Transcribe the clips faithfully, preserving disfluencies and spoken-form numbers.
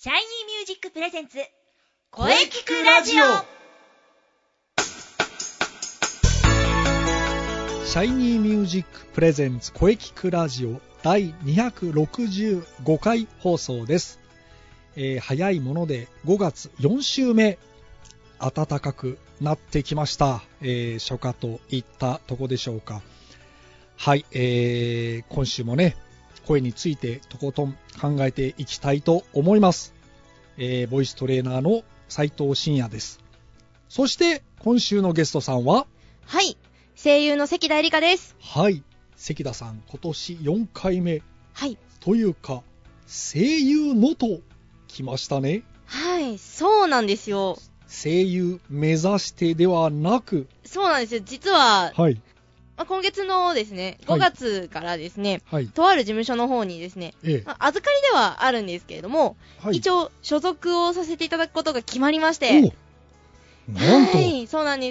シャイニーミュージックプレゼンツ声聞くラジオ。 シャイニーミュージックプレゼンツ声聞くラジオだいにひゃくろくじゅうごかい放送です。えー、早いものでごがつよん週目、暖かくなってきました。えー、初夏といったとこでしょうか。はい、えー、今週もね、声についてとことん考えていきたいと思います。えー、ボイストレーナーの斉藤真也です。そして今週のゲストさんは、 はい、声優の関田絵里香です。 はい、関田さん今年よんかいめ、 はい、 というか声優のと来ましたね。 はい、そうなんですよ。 声優目指してではなく、 そうなんですよ。実は、 はい、 まあ、今月のですねごがつからですね、はい、とある事務所の方にですね、ええ、まあ、預かりではあるんですけれども、はい、一応所属をさせていただくことが決まりまして、 なんと、 はい、そうなんです。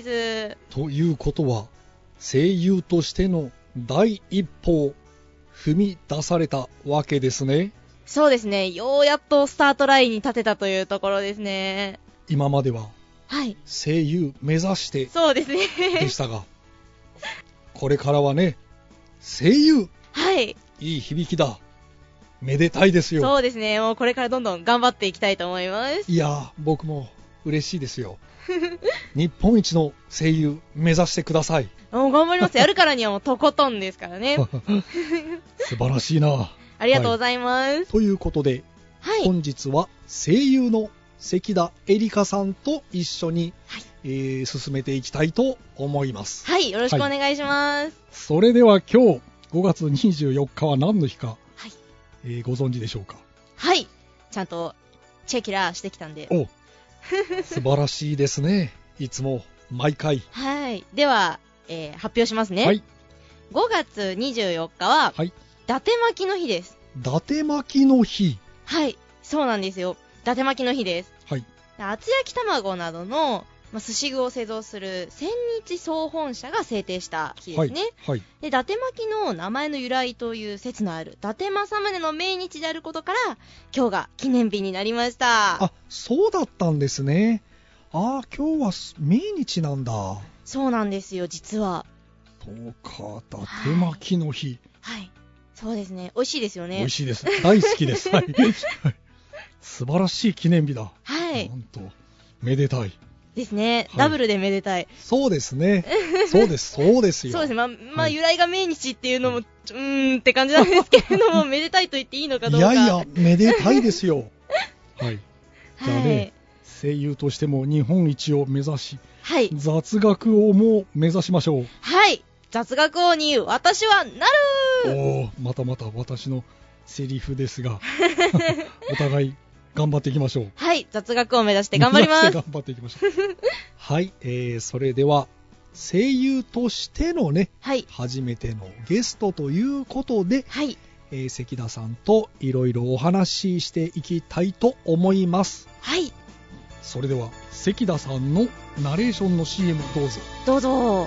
ということは声優としての第一歩を踏み出されたわけですね。 そうですね、ようやっとスタートラインに立てたというところですね。 今までは声優目指して、 そうですねでしたが、これからはね、声優、 はい、 いい響きだ、めでたいですよ。 そうですね、もうこれからどんどん頑張っていきたいと思います。 いや僕も嬉しいですよ日本一の声優目指してください。 もう頑張ります。やるからにはもうとことんですからね素晴らしいな。 ありがとうございます、 はい、ということで、はい、本日は声優の関田絵里香さんと一緒に、はい、えー、進めていきたいと思います。 はい、よろしくお願いします、はい、 それでは今日ごがつにじゅうよっかは何の日か、はい、えー、ご存知でしょうか。 はい、ちゃんとチェキラーしてきたんで。 お素晴らしいですね。いつも毎回。 はい、では、えー、発表しますね。はい、ごがつにじゅうよっかは、はい、伊達巻きの日です。 伊達巻きの日。 はい、そうなんですよ。伊達巻きの日です。 はい、 厚焼き卵などの、まあ、寿司具を製造する千日総本社が制定した日ですね。はいはい、で伊達巻きの名前の由来という説のある伊達政宗の命日であることから、今日が記念日になりました。 あ、そうだったんですね。あ、今日は命日なんだ。 そうなんですよ、実は。 そうか、伊達巻きの日。 はい、はい、そうですね。美味しいですよね。 美味しいです。大好きです。はい、素晴らしい記念日だ。 はい。 なんとめでたいですね、はい。ダブルでめでたい。 そうですね。そうです。そうですよ。 そうですね。まあ、まあ、由来が命日っていうのも、はい、うーんって感じなんですけれども、めでたいと言っていいのかどうか。 いやいや、めでたいですよ。はい。じゃあね、はい、声優としても日本一を目指し、はい、雑学王も目指しましょう。 はい。雑学王に私はなる。 おー、またまた私のセリフですが、お互い頑張っていきましょう。 はい、雑学を目指して頑張ります。 頑張っていきましょうはい、えー、それでは声優としてのね、はい、初めてのゲストということで、はい、えー、関田さんといろいろお話ししていきたいと思います。 はい、 それでは関田さんのナレーションの シーエム どうぞ。 どうぞ。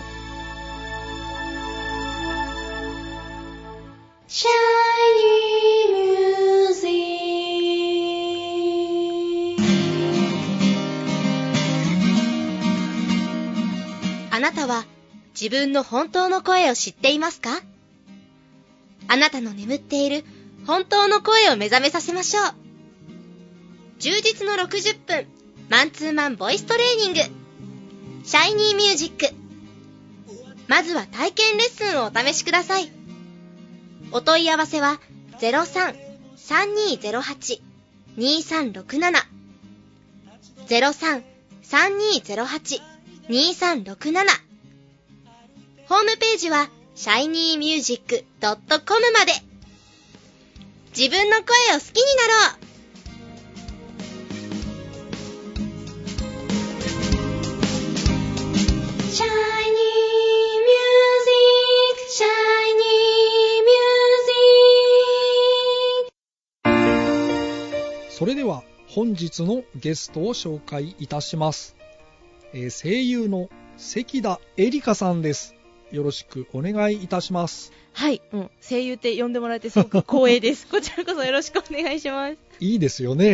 シャイニーミュージック。あなたは自分の本当の声を知っていますか？あなたの眠っている本当の声を目覚めさせましょう。充実のろくじゅっぷんマンツーマンボイストレーニング、シャイニーミュージック。まずは体験レッスンをお試しください。お問い合わせは ゼロさん さんにーゼロはち にーさんろくなな ゼロさん さんにーゼロはち にーさんろくなな。ホームページは シャイニーミュージックドットコム まで。自分の声を好きになろう。シャイニーミュージック、シャイニーミュージック。 それでは本日のゲストを紹介いたします。えー、声優の関田絵里香さんです。よろしくお願いいたします。 はい、もう声優って呼んでもらえてすごく光栄ですこちらこそよろしくお願いします。 いいですよね。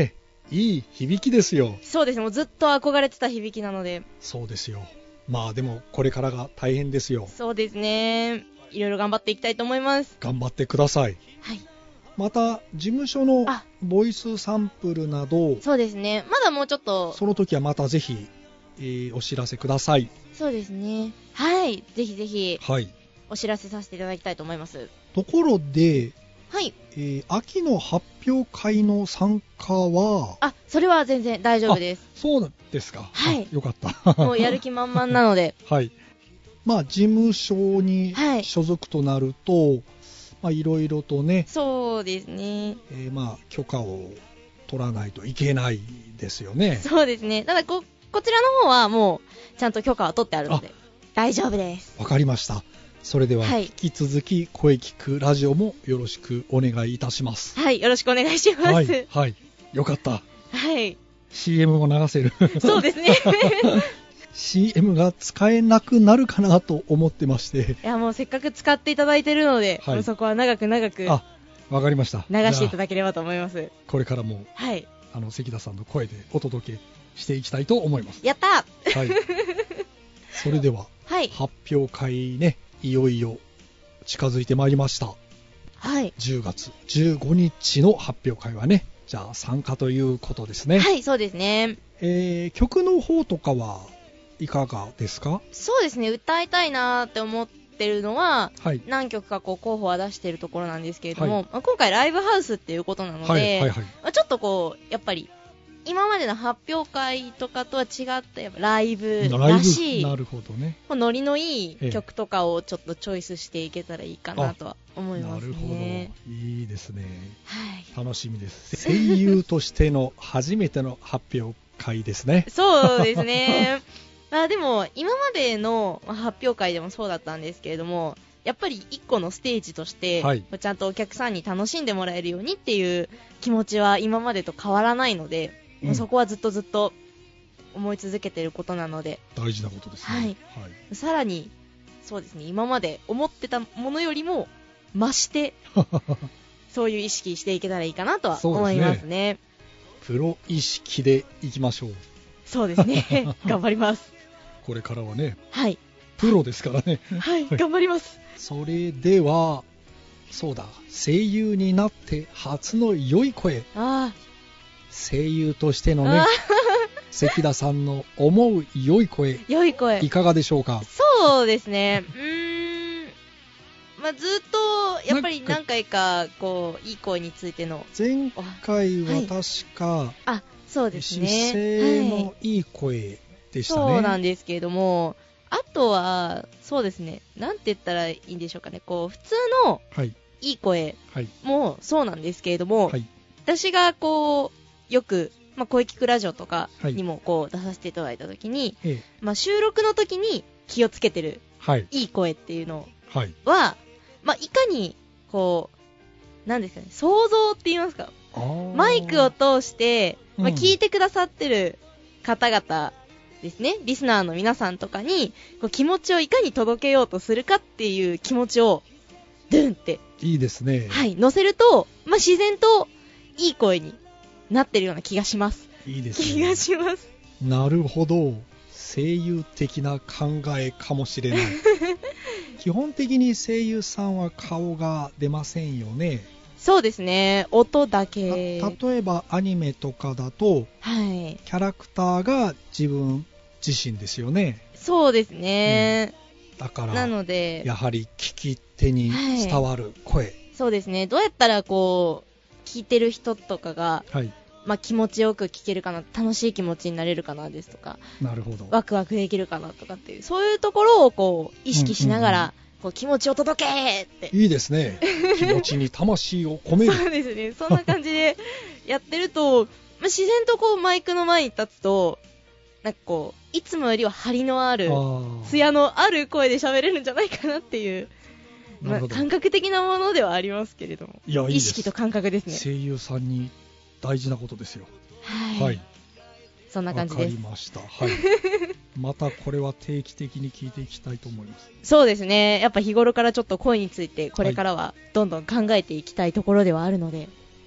いい響きですよ。 そうですね、もうずっと憧れてた響きなので。 そうですよ。まあでもこれからが大変ですよ。 そうですね、いろいろ頑張っていきたいと思います。 頑張ってください。 はい。 また事務所のボイスサンプルなど、 そうですね、まだもうちょっと、 その時はまたぜひ、えーお知らせください。 そうですね、はい、ぜひぜひはい。 お知らせさせていただきたいと思います。 ところで、 はい。 えー秋の発表会の参加は、 あ、それは全然大丈夫です。 そうなんですか。 はいあよかった。 もうやる気満々なので。 はい。まあ事務所にはい所属となると、まあいろいろとね、 そうですね。 えーまあ許可を取らないといけないですよね。 そうですね。ただこ、こちらの方はもう、ちゃんと許可は取ってあるので、大丈夫です。 わかりました。それでは、 はい引き続き声聞くラジオもよろしくお願いいたします。 はい、よろしくお願いします。 は、 はいい。 はい。よかった。 はい、 シーエム も流せる。 そうですね。 シーエム が使えなくなるかなと思ってまして。 いや、もうせっかく使っていただいてるので、 はいもうそこは長く長く流あ、わかりました。 していたじゃだければと思います。 あこれからも、 はい。 あの、関田さんの声でお届けしていきたいと思います。 やったー。 はい。それでは、 はい。 発表会ね、いよいよ近づいてまいりました。 はい。 じゅうがつじゅうごにちの発表会はね、じゃあ参加ということですね。 はい、そうですね。 えー曲の方とかはいかがですか？ そうですね、歌いたいなーって思ってるのは、 はい。 何曲かこう候補は出しているところなんですけれども、 はいまあ今回ライブハウスっていうことなので、 はいはいはい。 まあちょっとこう、やっぱり、今までの発表会とかとは違ったやっぱライブライらしい、 ブなるほどね。 こうノリのいいええ曲とかをちょっとチョイスしていけたらいいかなとは思いますなるほど。 ね。 いいですね。 はい。 楽しみです。声優としての初めての発表会ですね。 そうですね。まあでも、今までのまあ発表会でもそうだったんですけれども、やっぱり一個のステージとして、 はいちゃんとお客さんに楽しんでもらえるようにっていう気持ちは今までと変わらないので、 うんもうそこはずっとずっと思い続けていることなので、 大事なことですね。 はいはいさらに、そうですね、今まで思ってたものよりも増して、そういう意識していけたらいいかなとは思いますね。 プロ意識でいきましょう。 そうですね。頑張ります。 これからはね、 はい。 プロですからね。 はい、頑張ります。 それでは、そうだ、声優になって初の良い声、 あ声優としてのあ、 ねあ、 関田さんの思う良い声、 良い声。 いかがでしょうか？ そうですね。うーん。まあ、ずっと、やっぱり何回か、こう、いい声についての、 前回ははい確か、 あ、そうですね。 姿勢はいのいい声でしたね。 そうなんですけれども、あとは、そうですね、なんて言ったらいいんでしょうかね、こう、普通のはい、 いい声はい、 もそうなんですけれども、 はい、 私がこう、よく、まあ、声聞くラジオとかはいにもこう出させていただいたときに、 ええ、 まあ、収録の時に気をつけてるはい、 いい声っていうのはい。 は、まあ、いかに、こう、なんですかね、想像って言いますか、 あーマイクを通して、まあ、 うん聞いてくださってる方々ですね、リスナーの皆さんとかに、こう気持ちをいかに届けようとするかっていう気持ちを、ドゥンって、 いいですね。 はい、乗せると、まあ、自然といい声になってるような気がします。 いいですね。 気がします。 なるほど。声優的な考えかもしれない。基本的に声優さんは顔が出ませんよね。 そうですね、音だたけ。 例えばアニメとかだと、 はい。 キャラクターが自分自身ですよね。 そうですね。 だから、 なので、 やはり聞き手に伝わる声。 そうですね、どうやったらこう、聞いてる人とかが、 はい。 まあ、気持ちよく聞けるかな、楽しい気持ちになれるかなですとか、 なるほど。 ワクワクできるかなとかっていう、そういうところをこう意識しながら、 うんうんうんこう気持ちを届けーって。 いいですね。気持ちに魂を込める。 そうですね、そんな感じでやってると、まあ、自然とこうマイクの前に立つと、なんかこう、いつもよりは張りのある、 あー艶のある声で喋れるんじゃないかなっていう、まあ、 なるほど。 感覚的なものではありますけれども、 いや、いいです。 意識と感覚ですね。 声優さんに大事なことですよ。 はい。 はい。 そんな感じわかです。 りました。はい。またこれは定期的に聞いていきたいと思います。 そうですね。やっぱ日頃からちょっと声についてこれからはどんどん考えていきたいところではあるので、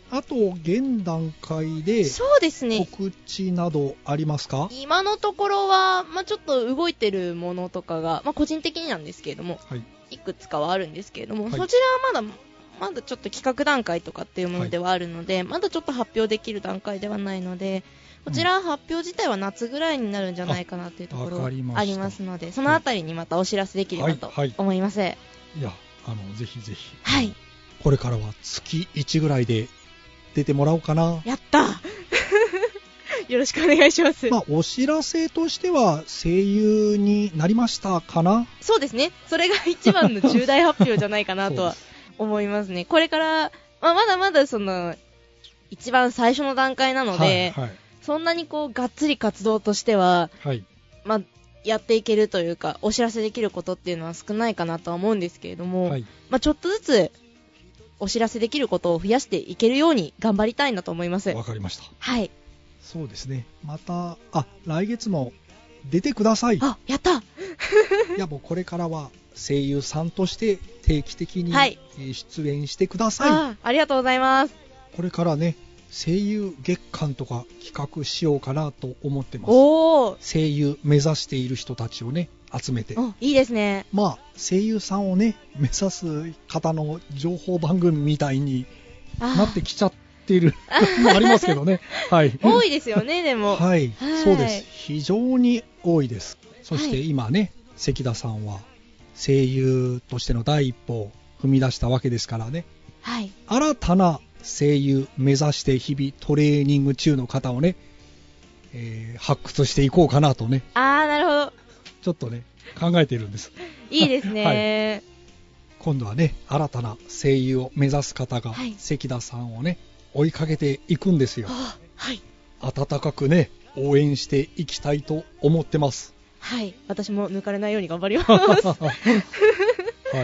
あと現段階でそうですね。 告知などありますか？ 今のところは、まあ、ちょっと動いてるものとかが、まあ、個人的になんですけれども、 はい、 いくつかはあるんですけれども、 はい、 そちらはまだまだちょっと企画段階とかっていうものではあるので、はい、まだちょっと発表できる段階ではないので、こちら発表自体は夏ぐらいになるんじゃないかなというところがありますので、そのあたりにまたお知らせできればと思います。はいはい、 いや、あのぜひぜひ、 はい、 これからは月いちぐらいで出てもらおうかな。 やったよろしくお願いします。 まあ、お知らせとしては声優になりましたかな。 そうですね、それが一番の重大発表じゃないかなとは思いますね。これから、まあ、まだまだその一番最初の段階なので、はいはい、そんなにこうがっつり活動としては、はい、まあ、やっていけるというかお知らせできることっていうのは少ないかなとは思うんですけれども、はい、まあ、ちょっとずつお知らせできることを増やしていけるように頑張りたいなと思います。 わかりました。 はい。 そうですね。また、あ、来月も出てください。 あ、やったいや、もうこれからは声優さんとして定期的に、はい、出演してください。 あ、ありがとうございます。 これからね、声優月間とか企画しようかなと思ってます。 おー、 声優目指している人たちをね、集めて。 いいですね。 まあ、声優さんをね、目指す方の情報番組みたいになってきちゃっているのもありますけどね。はい。 多いですよね、でも。 はい、はい、そうです。非常に多いです。そして今ね、はい、関田さんは声優としての第一歩を踏み出したわけですからね。 はい。 新たな声優目指して日々トレーニング中の方をね、えー、発掘していこうかなとね。 あー、なるほど。 ちょっとね、考えているんです。 いいですね、 はい、今度はね、新たな声優を目指す方が、はい、関田さんをね、追いかけていくんですよ。 はい。 温かくね、応援していきたいと思ってます。 はい。私も抜かれないように頑張ります。はい。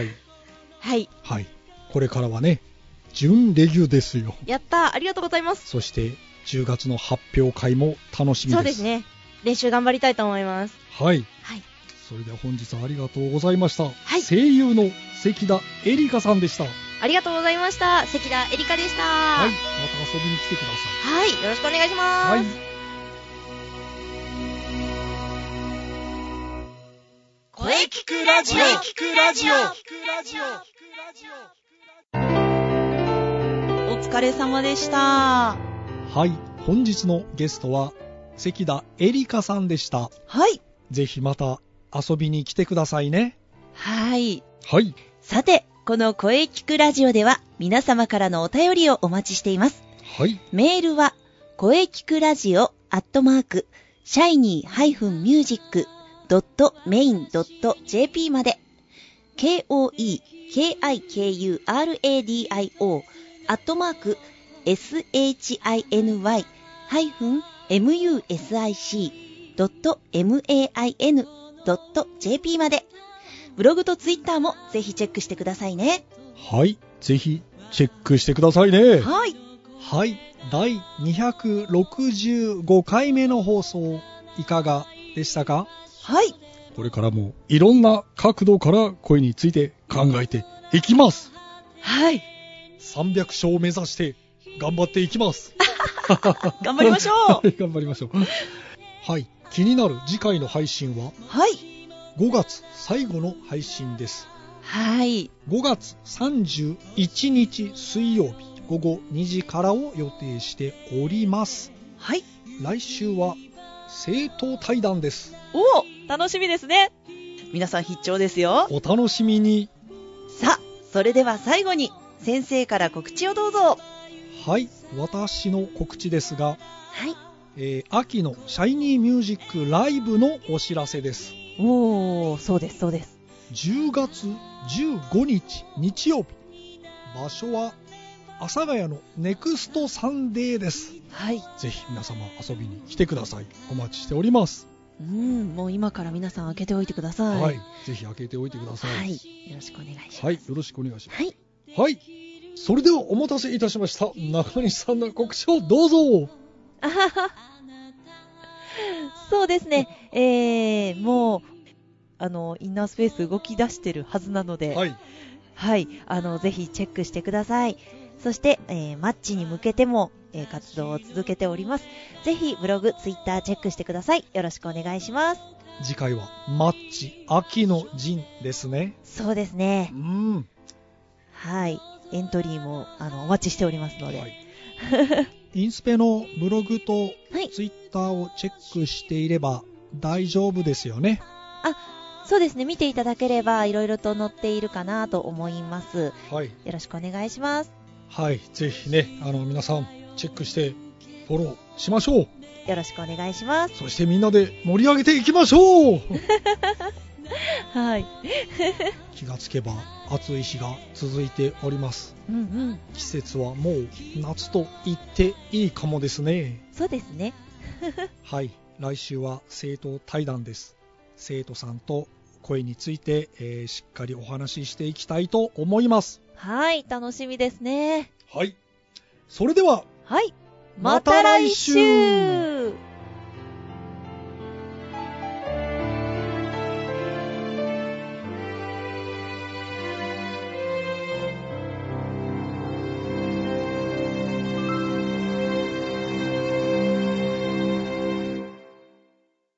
はい。はい。これからはね、準レギュですよ。 やったー、ありがとうございます。 そしてじゅうがつの発表会も楽しみです。 そうですね。練習頑張りたいと思います。 はい。はい。それでは本日はありがとうございました。はい。声優の関田絵里香さんでした。 ありがとうございました。関田絵里香でした。 はい。また遊びに来てください。 はい。よろしくお願いします。はい。 声聞くラジオ。声聞くラジオ。 お疲れ様でした。 はい。本日のゲストは関田絵里香さんでした。 はい。 ぜひまた遊びに来てくださいね。 はい。 はい。 さて、この声聞くラジオでは皆様からのお便りをお待ちしています。 はい。 メールは声聞くラジオアットマークシャイニーハイフンミュージックドットメインドットジェーピー まで ケーオーイーケーアイケーユーアールエーディーアイオー アットマーク エスエイチアイエヌワイ ハイフン ミュージック ドットメイン ドット ジェーピー まで。ブログとツイッターもぜひチェックしてくださいね。 はい、ぜひチェックしてくださいね。 はい。 はい、だいにひゃくろくじゅうごかいめの放送いかがでしたか？ はい。 これからもいろんな角度から声について考えていきます。 はい。 さんびゃくしょうを目指して頑張っていきます。 頑張りましょう。 はい、頑張りましょう。はい、気になる次回の配信は、 はい、 ごがつ最後の配信です。 はい。 ごがつさんじゅういちにち水曜日ごごにじからを予定しております。 はい。 来週は生徒対談です。 おー、楽しみですね。皆さん必聴ですよ。 お楽しみに。 さあ、それでは最後に先生から告知をどうぞ。 はい、私の告知ですが、 はい、 えー、秋のシャイニーミュージックライブのお知らせです。 おー、そうですそうです。 じゅうがつじゅうごにち日曜日、場所は阿佐ヶ谷のネクストサンデーです。 はい。 ぜひ皆様遊びに来てください。お待ちしております。 うん、もう今から皆さん開けておいてください。 はい、ぜひ開けておいてください。 はい、よろしくお願いします。 はい、よろしくお願いします。 はい。 はい。それではお待たせいたしました。中西さんの告知をどうぞ。 あはは。そうですね。えー、もうあのインナースペース動き出してるはずなので、 はい。 はい、あのぜひチェックしてください。 そして、えー、マッチに向けても、えー、活動を続けております。ぜひブログ、ツイッターチェックしてください。よろしくお願いします。 次回はマッチ秋の陣ですね。 そうですね。 うん。 はい。エントリーもあのお待ちしておりますので。はい、 インスペのブログとツイッターをチェックしていれば大丈夫ですよね。 あ、そうですね。見ていただければいろいろと載っているかなと思います。はい。よろしくお願いします。 はい。ぜひね、あの皆さんチェックしてフォローしましょう。 よろしくお願いします。 そしてみんなで盛り上げていきましょう。 はい。 気がつけば暑い日が続いております。うんうん。季節はもう夏と言っていいかもですね。 そうですね。 はい。来週は生徒対談です。生徒さんと声について、えー、しっかりお話ししていきたいと思います。 はい。楽しみですね。 はい。それでは。 はい。また来週。